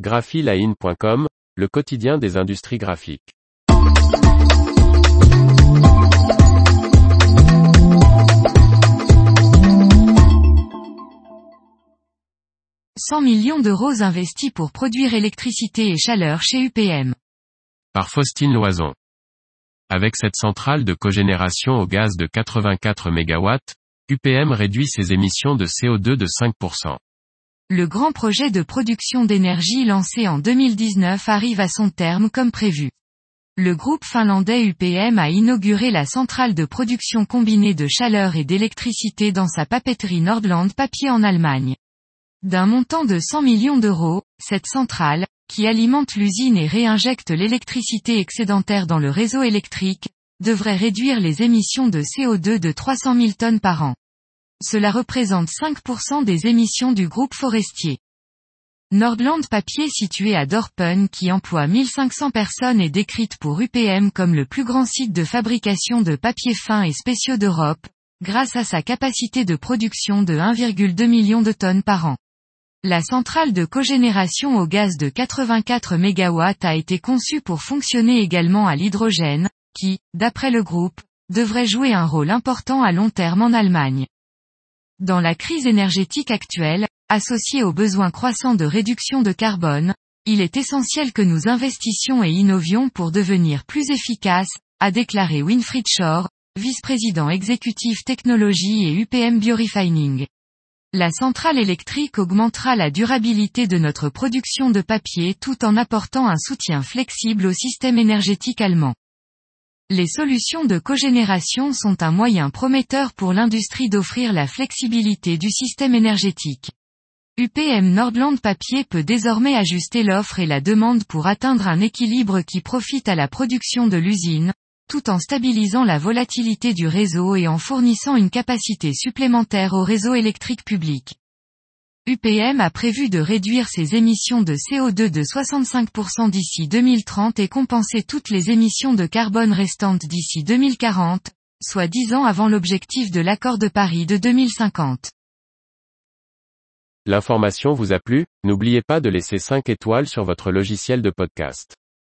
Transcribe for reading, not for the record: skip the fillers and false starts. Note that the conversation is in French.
graphiline.com, le quotidien des industries graphiques. « 100 millions d'euros investis pour produire électricité et chaleur chez UPM » par Faustine Loison. Avec cette centrale de cogénération au gaz de 84 MW, UPM réduit ses émissions de CO2 de 5%. Le grand projet de production d'énergie lancé en 2019 arrive à son terme comme prévu. Le groupe finlandais UPM a inauguré la centrale de production combinée de chaleur et d'électricité dans sa papeterie Nordland Papier en Allemagne. D'un montant de 100 millions d'euros, cette centrale, qui alimente l'usine et réinjecte l'électricité excédentaire dans le réseau électrique, devrait réduire les émissions de CO2 de 300 000 tonnes par an. Cela représente 5% des émissions du groupe forestier. Nordland Papier situé à Dorpen qui emploie 1500 personnes est décrite pour UPM comme le plus grand site de fabrication de papier fin et spéciaux d'Europe, grâce à sa capacité de production de 1,2 million de tonnes par an. La centrale de cogénération au gaz de 84 MW a été conçue pour fonctionner également à l'hydrogène, qui, d'après le groupe, devrait jouer un rôle important à long terme en Allemagne. Dans la crise énergétique actuelle, associée aux besoins croissants de réduction de carbone, il est essentiel que nous investissions et innovions pour devenir plus efficaces, a déclaré Winfried Schorr, vice-président exécutif technologie et UPM Biorefining. La centrale électrique augmentera la durabilité de notre production de papier tout en apportant un soutien flexible au système énergétique allemand. Les solutions de cogénération sont un moyen prometteur pour l'industrie d'offrir la flexibilité du système énergétique. UPM Nordland Papier peut désormais ajuster l'offre et la demande pour atteindre un équilibre qui profite à la production de l'usine, tout en stabilisant la volatilité du réseau et en fournissant une capacité supplémentaire au réseau électrique public. UPM a prévu de réduire ses émissions de CO2 de 65% d'ici 2030 et compenser toutes les émissions de carbone restantes d'ici 2040, soit 10 ans avant l'objectif de l'accord de Paris de 2050. L'information vous a plu? N'oubliez pas de laisser 5 étoiles sur votre logiciel de podcast.